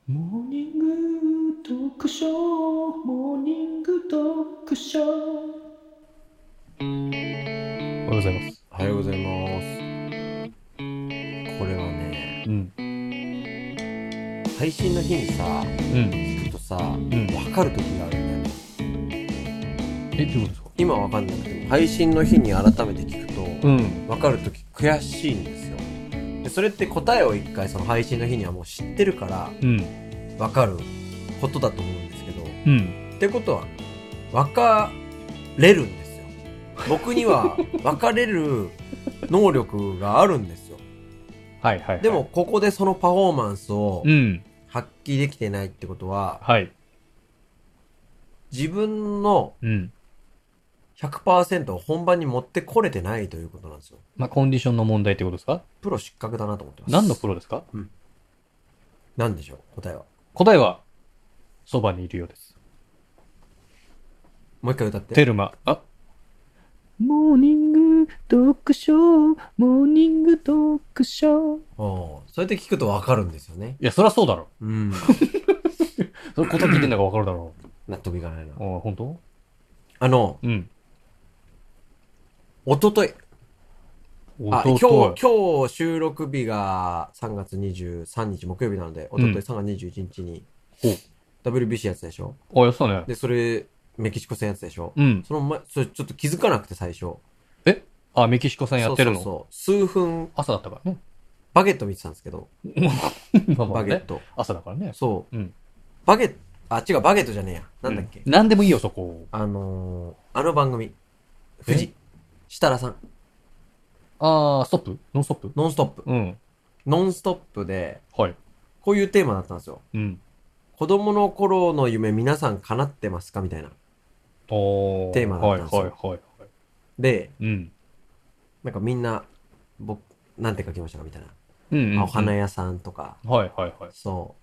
モーニング読書モーニング読書おはようございます。 おはようございます。これはね、 うん。 配信の日にさ、 うん。 聞くとさ、わうん。 かる時があるんだよね。 どういうことですか？ 今わかんなくても、配信の日に改めて聞くと、 うん。 わかる時悔しいんですよ。で、それって答えを一回その配信の日にはもう知ってるから、 うん。 わかることだと思うんですけど、 うん。 ってことは、わかれるんですよ。僕には、わかれる能力があるんですよ。 はいはいはい。 でも、ここでそのパフォーマンスをうん。 発揮できてないってことは、 はい。 自分のうん。 100% を本番に持ってこれてないということなんですよ。 まあ、コンディションの問題ってことですか？ プロ失格だなと思ってま何のす。 プロですか？ うん。なんでしょう、答えは。 答えは、そばにいるようです。 もう一回歌って。 テルマ。モーニング読書モーニング読書。 おー、そうやって聞くとわかるんですよね。 いや、そりゃそうだろ。 うん。 それ答え聞いてんだからわかるだろ納得いかないな。 う。本当？ あの、 うん。 おととい。 弟。 今日収録日が3月23日木曜日なので、おととい3月21日にお、 WBC やつでしょ。 やってたね。 で、それ、メキシコ戦やつでしょ。 うん。 その前、それちょっと気づかなくて最初。 えメキシコ戦やそうってるの？ そうそう。数分、 朝だったからね。 バゲット見てたんですけど、 まあまあね。 バゲット。 朝だからね。 そう。 うん。 バゲット、違う、バゲットじゃねえや。なんだっけ。 なんでもいいよ、そこ。 あの番組。富え士。設楽さん。 ストップノンストップ？ ノンストップ。 うん。 ノンストップで、 はい。 こういうテーマだったんですよ。 うん。 子供の頃の夢皆さん叶ってますかみたいなテーマだっはいたんですよ。 はいはい。 で、 うん。 なんかみんな、僕、なんて書きましたかみたいな。 うんうんお花屋さんとか、 はいはいはい。 そう、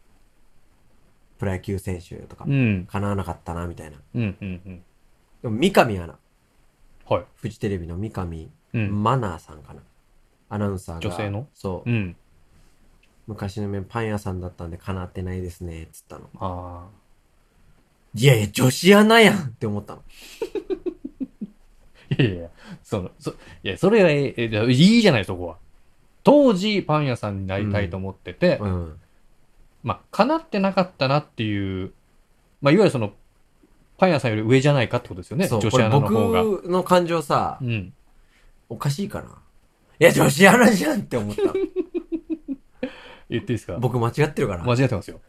プロ野球選手とか、 うん。 叶わなかったな、みたいな。 うんうんうん。 でも、三上アナ、 はい。 フジテレビの三上うん。 マナーさんかな。アナウンサーが、 女性の？ そう、 うん。 昔の夢パン屋さんだったんで叶ってないですね、つったの。 あいやいや、女子アナやんって思ったの。 いやいや、いや、それは、じゃあいいじゃない、そこは。当時、パン屋さんになりたいと思ってて、 うん。 まあ、叶ってなかったなっていう、まあ、いわゆるその、パン屋さんより上じゃないかってことですよね。 そう、これ女子アナの僕方が。 の感情さ、 うん。 おかしいかな。いや、女子アナじゃんって思ったの。 言っていいですか？ 僕間違ってるか間な。 違ってますよ。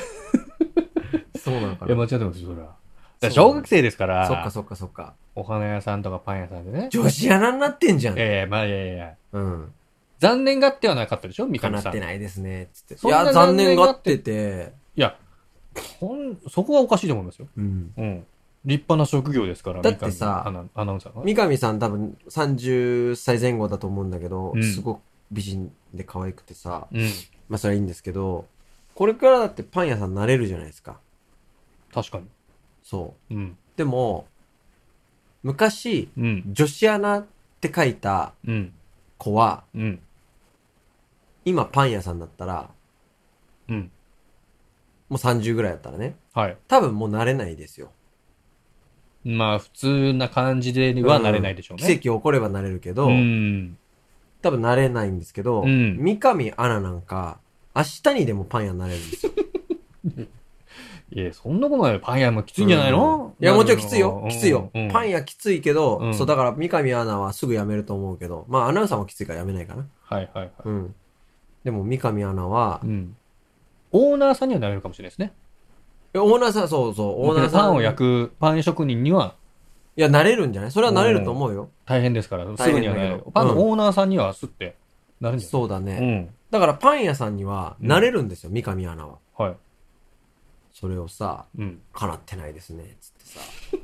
いや、 そうなのかな。 間違ってますよ、それは。だからそうなんだ。 小学生ですから、 そっかそっかそっか。 お花屋さんとかパン屋さんでね。 女子アナになってんじゃん。 まあ、いやいやいや。 うん。 残念がってはなかったでしょ三上さん。 叶ってないですね。つって。いそんや、 な残残念念がって、 がってて、 いや、そこはおかしいと思いますよ。 うん。 うん。立派な職業ですから、 だっ三上てさ、 アナウンサーが。 三上さん多分30歳前後だと思うんだけど、 うん。 すごく美人で可愛くてさ、 うん。 まあそれはいいんですけど、これからだってパン屋さんになれるじゃないですか。 確かに。 そう。 うん。 でも、昔、 うん。 女子アナって書いたうん。 子は、 うん。 今パン屋さんだったら、 うん。 もう30ぐらいだったらね、 はい。 多分もうなれないですよ。 まあ、普通な感じではなれないでしょう奇ね。 跡起こればなれるけうど、 ん。 多分なれないんですけど、 うん。 三上アナなんか、明日にでもパン屋になれるんですよ。 いや、そんなことないよ。パン屋もきついんじゃないの？ いや、もちろんきついよ。 うんきついよ。 うん。 パン屋きついけど、 うん。 そう、だから三上アナはすぐ辞めると思うけど、まあアナウンサーもきついから辞めないかな。 はいはいはい。 うん。でも三上アナは、 うん。オーナーさんにはなれるかもしれないですね。 オーナーさん、そうそう、オーナーさん、 パンを焼くパン職人には、 いや、なれるんじゃない？それはなれるとうん、 思うよ。 大変ですから、す大ぐにはなれる。 変だけど。 パンうん。 のオーナーさんにはすってなるんじゃない？ そうだね。 うん。 だからパン屋さんにはなれるんですよ、三上アナは。 はい。 それをさ、 うん。 叶ってないですね、つってさ。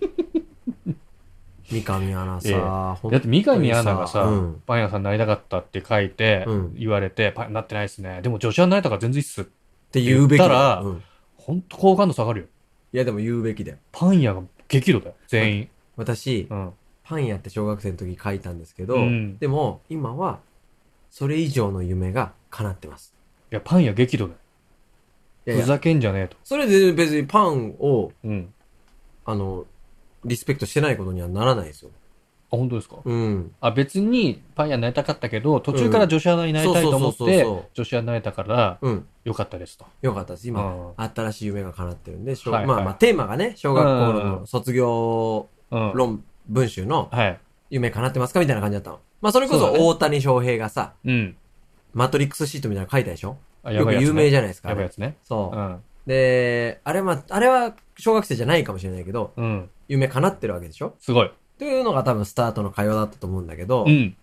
三上アナええ。 さ、 だって三上アナがうさ、 ん。 パン屋さんになりたかったって書いて、 うん。 言われて、パンになってないですね。でも女子アナになれたから全然いいっすってって言っ言うべきだよ。うたら、 ん。 ほんと好感度下がるよ。 いや、でも言うべきだよ。 パン屋が激怒だよ。 わ全員。 私、 うん。 パン屋って小学生の時書いたんですけど、 うん。 でも、今は、それ以上の夢が叶ってます。 いや、パン屋激怒だよ。 いやいやふざけんじゃねえと。 それで別にパンを、 うん。 リスペクトしてないことにはならないですよ。 あ、本当ですか？ うん。 あ、別にパン屋になりたかったけど、途中から女子アナになりたいと思っそうそうそうそうて、女子アナになれたから、 うん。 よかったですと。 よかったです。今、 うん新しい夢が叶ってるんで、 はいはいまあまあ、テーマがね、小学校うんの卒業うん。 文集のはい。 夢叶ってますかみたいな感じだったの。まあ、それこそそうだね大谷翔平がさ、 うん。 マトリックスシートみたいなの書いたでしょ。 あ、やばいやつ、ね。 よく有名じゃないですか。あれやばいやつね。 そうう。 ん。 で、あれは小学生じゃないかもしれないけど、 うん。 夢叶ってるわけでしょすごい。 というのが多分スタートの会話だったと思うんだけど、 うん。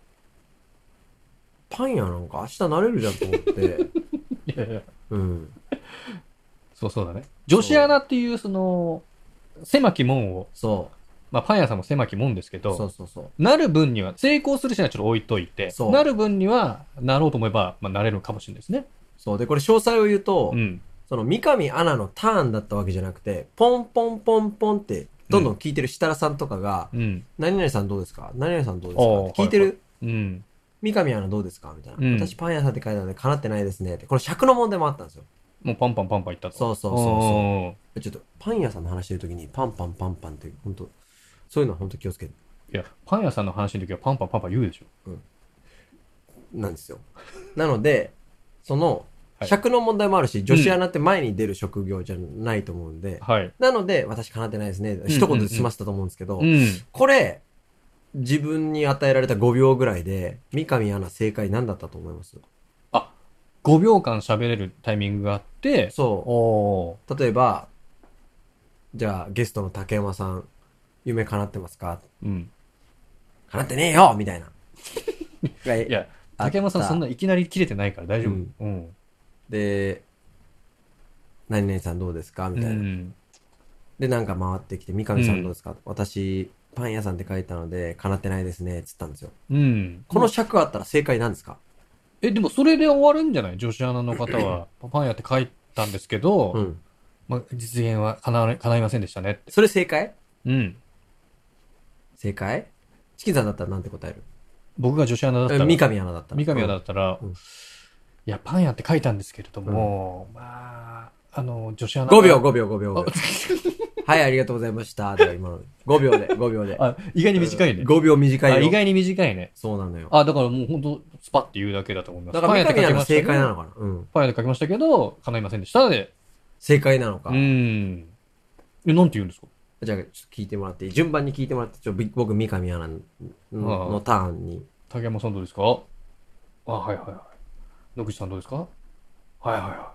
パン屋なんか明日なれるじゃんと思って、 いやいや。 うん。 そうだね。女子アナっていう、狭き門を、 そまあ、パン屋さんも狭き門ですけう。 ど、 そうそうそう。 なる分には、成功する人はちょっと置いといて、 そうなる分には、なろうと思えば、まあ、なれるかもしれないですね。 そう。で、これ詳細を言うと、 うん。 その三上アナのターンだったわけじゃなくて、ポンポンポンポンって、どんどん聞いてる設楽さんとかが、 うん。 何々さんどうですか何々さんどうですかあーって聞いてる、 うん。 三上アナどうですかみたいな。 うん私パン屋さんって書いたので叶ってないですねって。これ尺の問題もあったんですよ。 もうパンパンパンパンいったと。 そうそうそうそうそちょっとパン屋さんの話してるときにパンパンパンパンって本当そういうのは本当気をつけてう。いや、パン屋さんの話の時はパンパンパンパン言うでしょ。 なんですよ。なので、そのはい尺の問題もあるし、女子アナって前に出る職業じゃないと思うんで、 はい。 なので私叶ってないですね。一言で済ませたと思うんですけど、 うん。 これ、自分に与えられた5秒ぐらいで、三上アナ正解何だったと思いますあ、5秒間喋れるタイミングがあって、 そおー。 う。例えば、じゃあゲストの竹山さん、夢叶ってますかうん。 叶ってねえよみたいな。 いや、竹山さんそんないきなり切れてないから大丈夫。うん。 で、何々さんどうですかみたいな。 うん。 で、なんか回ってきて、三上さんどうですか、私、パン屋さんって書いたので、叶ってないですね、つったんですよ。 うん。 この尺あったら正解なんですかでもそれで終わるんじゃない？女子アナの方は、パン屋って書いたんですけど、 うん。 まあ、実現は叶いませんでしたねって。 それ正解うん。 正解チキンさんだったらなんて答える僕が女子アナだったら、 三上アナだったら。 三上アナだったら、 うんいや、パン屋って書いたんですけれども、まあ、女子アナ 5 が秒、5秒、5秒。5秒はい、ありがとうございました。では今の。5秒で、5秒で。 あ、意外に短いね。 5秒短いよ。 あ、意外に短いね。 そうなのよ。 あ、だからもう本当スパッて言うだけだと思います。 だから三上アナ正解なのかかなうん。 パン屋で書きましたけど、叶いませんでしたで。 正解なのか。 なんて言うんですか？ じゃあ、ちょっと聞いてもらっていい順番に聞いてもらって、僕、三上アナのターンに。 竹山さんどうですか？あ、はいはいはい。野口さんどうですか？はいはいはい。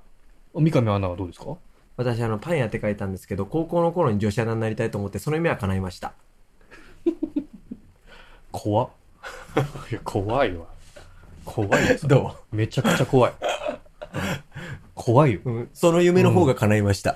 三上アナはどうですか？ 私、パン屋って書いたんですけど、高校の頃に女子アナになりたいと思って、その夢は叶いました。 怖っ。いや、怖いわ。怖いです。 どめちゃくちゃ怖い。怖いよ。 うその夢の方が叶いました。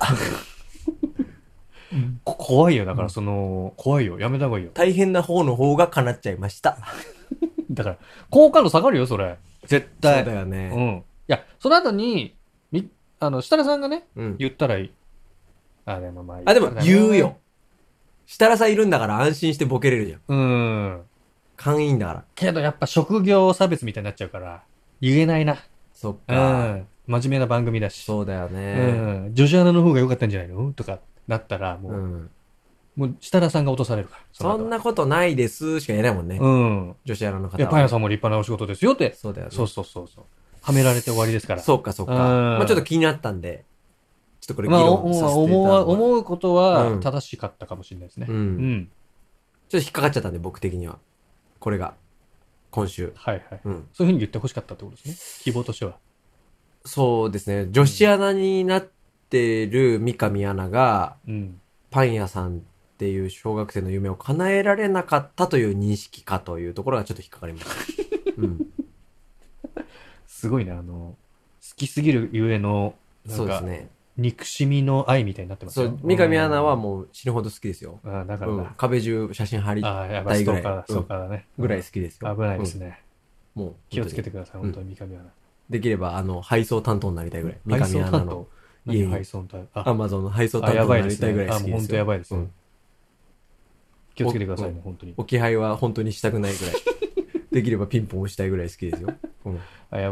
怖いよ。だから怖いよ。やめた方がいいよ。 大変な方の方が叶っちゃいました。 だから、好感度下がるよ、それ。絶そう対。 だよね。 うん。いや、その後に、設楽さんがね、 うん。 言ったらいい。あ、でもまあいい。 あ、でも言うよ。設楽さんいるんだから安心してボケれるじゃん。 うん。 勘いいんだから。 けどやっぱ職業差別みたいになっちゃうから、言えないな。 そっうか。 ん。真面目な番組だし。 そうだようね。 ん。女子アナの方が良かったんじゃないのとか、なったら、もう、 うん。 もう、設楽さんが落とされるから。 そんなことないですしか言えないもんね。 うん。 女子アナの方は。 いや、パン屋さんも立派なお仕事ですよって。 そうだよね。 そうそうそうそう。はめられて終わりですから。 そうか、そうか。 うんまあちょっと気になったんで、ちょっとこれ議まあ、 論させていただくわ思うことうはん正しかったかもしれないですね。 うんうん。 ちょっと引っかかっちゃったんで、僕的には。これが、今週。 はいはい。 うん。 そういうふうに言ってほしかったってことですね。希望としては。 そうですね。女子アナになってる三上アナが、 うん。 パン屋さんっていう小学生の夢を叶えられなかったという認識かというところがちょっと引っかかりました。うん。 すごいね、好きすぎるゆえの、なんか、 そうですね。 憎しみの愛みたいになってますよ。 そう、三上アナはもう死ぬほど好きですよ。 うん、だからうんだ。。 壁中写真貼りああ、やばい、 たいぐらい。 ストーカーだ、ストーカーだね。 ぐらい好きですよ。 危ないですね。 もう、 気をつけてくください、 ん本当に三上アナ。 できれば、配送担当になりたいぐらい。三配送担上アナの当家に配送担当。 アマゾンの配送担あ、や当ばいですねになりたいぐらい。好きですよ。 あ、もう本当やばいですねうん。 気をつけてくださいね、本当に。 置き配は本当にしたくないぐらい。できればピンポン押したいぐらい好きですよ。うん。 あ、やばいね。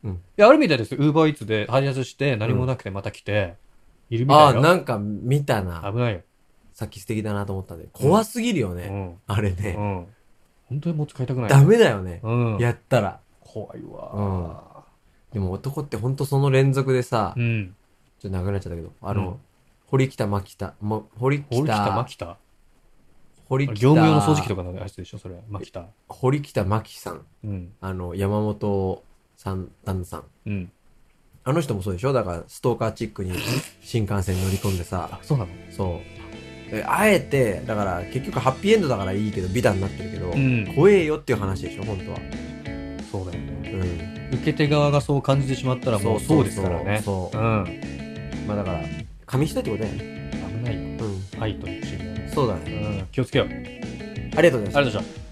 うんいや、あるみたいですよ。ウーバーイーツで配達して何もなくてまた来て、いるみたああ、 いよ。 なんか見たな。 危ないよ。 さっき素敵だなと思ったんで。怖すぎるよね。 うん。 あれね。 うん。本当に持ち帰りたくない。 ダメだよね。 うん。 やったら。 怖いわ。 でも男ってほんとその連続でさ、 うん。 ちょっと長くなっちゃったけど、 うん堀北真北、堀堀北北、 真北。 堀北、 業務用の掃除機とかのやつでしょ、それ。真北。 堀北真希さん。 うん。 山本さん、旦那さん。 うん。 あの人もそうでしょ？だから、ストーカーチックに新幹線乗り込んでさあ、、そうなの？ そう。であえて、だから、結局ハッピーエンドだからいいけど、美談になってるけど、 ん怖えよっていう話でしょ、本当は。 そうだよね。 うん。 受け手側がそう感じてしまったらもうそうですからね。 そう。 うん。 まあだから、紙一重ってことだよね。 危ないよ。 うん。 愛と一緒にね。 そうだね。 うん。気をつけよう。ありありがとうございましたがとうございました。